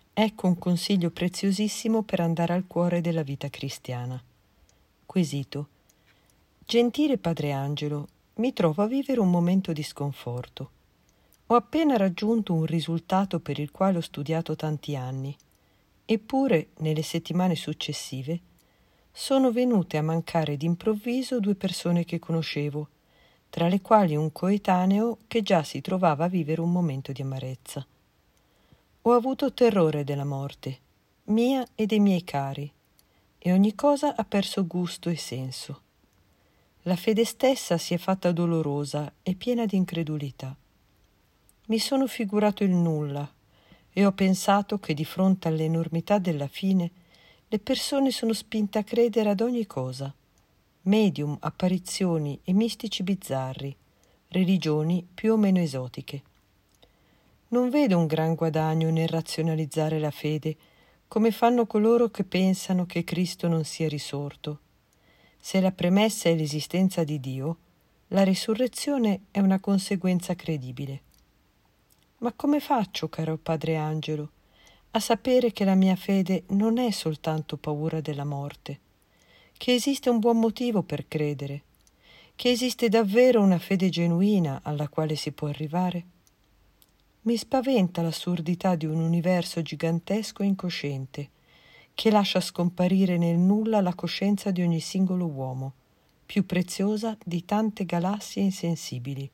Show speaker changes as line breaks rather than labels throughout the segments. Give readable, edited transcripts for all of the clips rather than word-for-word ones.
Ecco un consiglio preziosissimo per andare al cuore della vita cristiana. Quesito. Gentile Padre Angelo, mi trovo a vivere un momento di sconforto. Ho appena raggiunto un risultato per il quale ho studiato tanti anni, eppure nelle settimane successive sono venute a mancare d'improvviso 2 persone che conoscevo, tra le quali un coetaneo che già si trovava a vivere un momento di amarezza. Ho avuto terrore della morte, mia e dei miei cari, e ogni cosa ha perso gusto e senso. La fede stessa si è fatta dolorosa e piena di incredulità. Mi sono figurato il nulla e ho pensato che di fronte all'enormità della fine le persone sono spinte a credere ad ogni cosa: medium, apparizioni e mistici bizzarri, religioni più o meno esotiche. Non vedo un gran guadagno nel razionalizzare la fede, come fanno coloro che pensano che Cristo non sia risorto. Se la premessa è l'esistenza di Dio, la risurrezione è una conseguenza credibile. Ma come faccio, caro Padre Angelo, a sapere che la mia fede non è soltanto paura della morte, che esiste un buon motivo per credere, che esiste davvero una fede genuina alla quale si può arrivare? Mi spaventa l'assurdità di un universo gigantesco e incosciente, che lascia scomparire nel nulla la coscienza di ogni singolo uomo, più preziosa di tante galassie insensibili.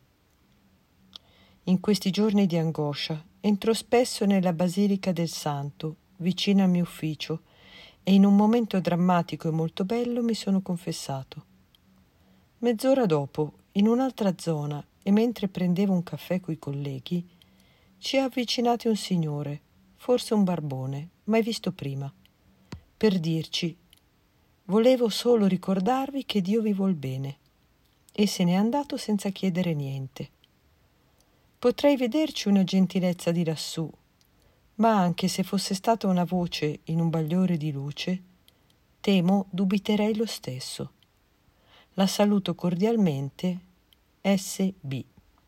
In questi giorni di angoscia entro spesso nella Basilica del Santo, vicino al mio ufficio, e in un momento drammatico e molto bello mi sono confessato. Mezz'ora dopo, in un'altra zona, e mentre prendevo un caffè coi colleghi, ci è avvicinato un signore, forse un barbone, mai visto prima, per dirci: «Volevo solo ricordarvi che Dio vi vuol bene», e se n'è andato senza chiedere niente. Potrei vederci una gentilezza di lassù, ma anche se fosse stata una voce in un bagliore di luce, temo dubiterei lo stesso. La saluto cordialmente, S.B.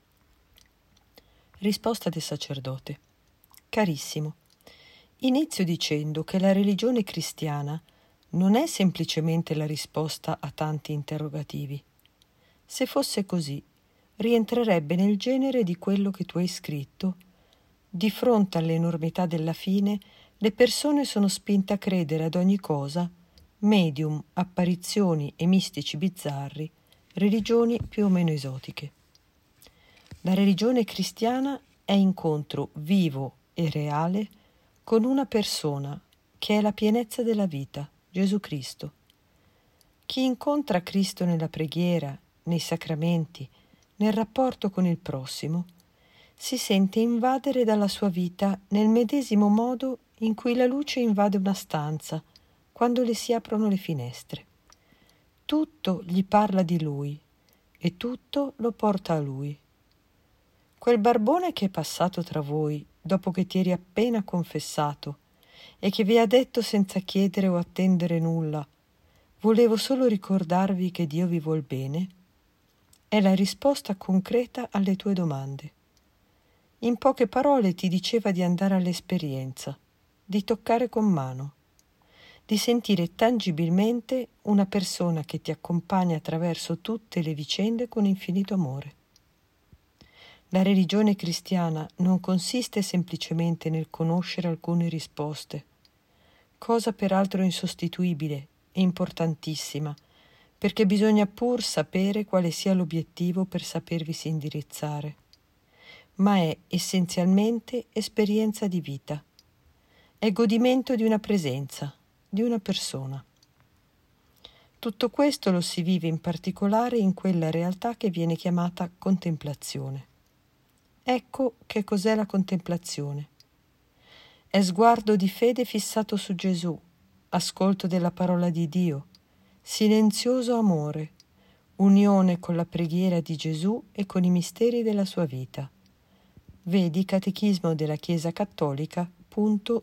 Risposta del sacerdote. Carissimo, inizio dicendo che la religione cristiana non è semplicemente la risposta a tanti interrogativi. Se fosse così, rientrerebbe nel genere di quello che tu hai scritto: di fronte all'enormità della fine, le persone sono spinte a credere ad ogni cosa, medium, apparizioni e mistici bizzarri, religioni più o meno esotiche. La religione cristiana è incontro vivo e reale con una persona che è la pienezza della vita, Gesù Cristo. Chi incontra Cristo nella preghiera, nei sacramenti, nel rapporto con il prossimo, si sente invadere dalla sua vita nel medesimo modo in cui la luce invade una stanza quando le si aprono le finestre. Tutto gli parla di lui e tutto lo porta a lui. Quel barbone che è passato tra voi dopo che ti eri appena confessato e che vi ha detto senza chiedere o attendere nulla: «Volevo solo ricordarvi che Dio vi vuol bene», è la risposta concreta alle tue domande. In poche parole ti diceva di andare all'esperienza, di toccare con mano, di sentire tangibilmente una persona che ti accompagna attraverso tutte le vicende con infinito amore. La religione cristiana non consiste semplicemente nel conoscere alcune risposte, cosa peraltro insostituibile e importantissima, perché bisogna pur sapere quale sia l'obiettivo per sapervisi indirizzare, ma è essenzialmente esperienza di vita, è godimento di una presenza, di una persona. Tutto questo lo si vive in particolare in quella realtà che viene chiamata contemplazione. Ecco che cos'è la contemplazione. È sguardo di fede fissato su Gesù, ascolto della parola di Dio, silenzioso amore, unione con la preghiera di Gesù e con i misteri della sua vita. Vedi Catechismo della Chiesa Cattolica, punto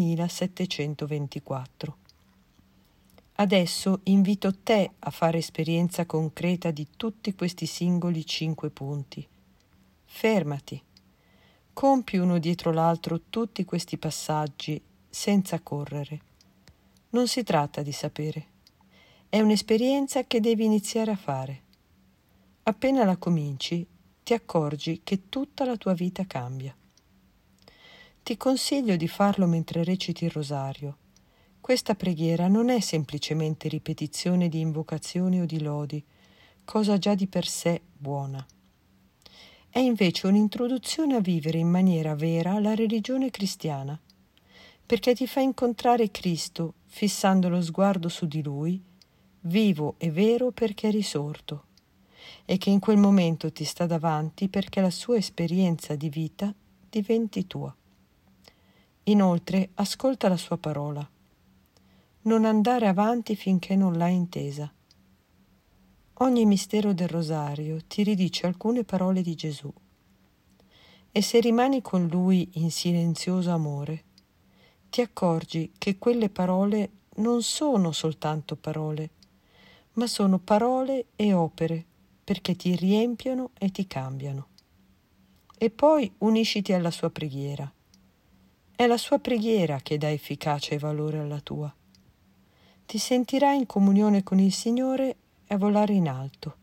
2724. Adesso invito te a fare esperienza concreta di tutti questi singoli 5 punti. Fermati, compi uno dietro l'altro tutti questi passaggi senza correre. Non si tratta di sapere. È un'esperienza che devi iniziare a fare. Appena la cominci, ti accorgi che tutta la tua vita cambia. Ti consiglio di farlo mentre reciti il rosario. Questa preghiera non è semplicemente ripetizione di invocazioni o di lodi, cosa già di per sé buona. È invece un'introduzione a vivere in maniera vera la religione cristiana, perché ti fa incontrare Cristo fissando lo sguardo su di Lui, vivo e vero perché è risorto, e che in quel momento ti sta davanti perché la sua esperienza di vita diventi tua. Inoltre, ascolta la sua parola. Non andare avanti finché non l'hai intesa. Ogni mistero del rosario ti ridice alcune parole di Gesù. E se rimani con Lui in silenzioso amore, ti accorgi che quelle parole non sono soltanto parole, ma sono parole e opere, perché ti riempiono e ti cambiano. E poi unisciti alla sua preghiera. È la sua preghiera che dà efficacia e valore alla tua. Ti sentirai in comunione con il Signore e a volare in alto.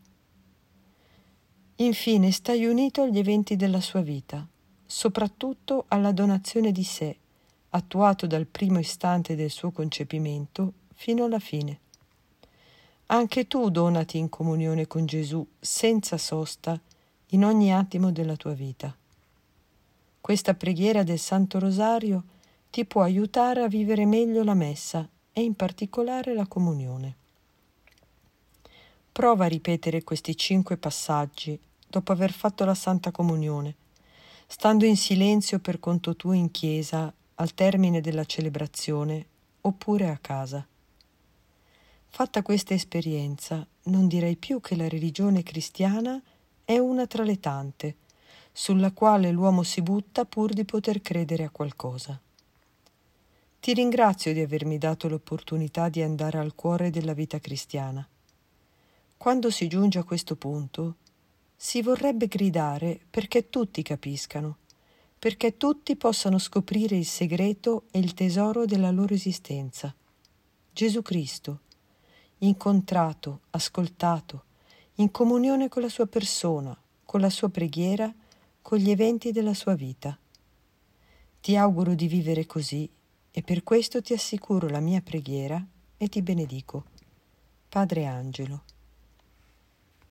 Infine stai unito agli eventi della sua vita, soprattutto alla donazione di sé, attuato dal primo istante del suo concepimento fino alla fine. Anche tu donati in comunione con Gesù senza sosta in ogni attimo della tua vita. Questa preghiera del Santo Rosario ti può aiutare a vivere meglio la Messa e in particolare la comunione. Prova a ripetere questi 5 passaggi dopo aver fatto la Santa Comunione, stando in silenzio per conto tuo in chiesa al termine della celebrazione oppure a casa. Fatta questa esperienza, non direi più che la religione cristiana è una tra le tante, sulla quale l'uomo si butta pur di poter credere a qualcosa. Ti ringrazio di avermi dato l'opportunità di andare al cuore della vita cristiana. Quando si giunge a questo punto, si vorrebbe gridare perché tutti capiscano, perché tutti possano scoprire il segreto e il tesoro della loro esistenza. Gesù Cristo, incontrato, ascoltato, in comunione con la sua persona, con la sua preghiera, con gli eventi della sua vita. Ti auguro di vivere così e per questo ti assicuro la mia preghiera e ti benedico. Padre Angelo.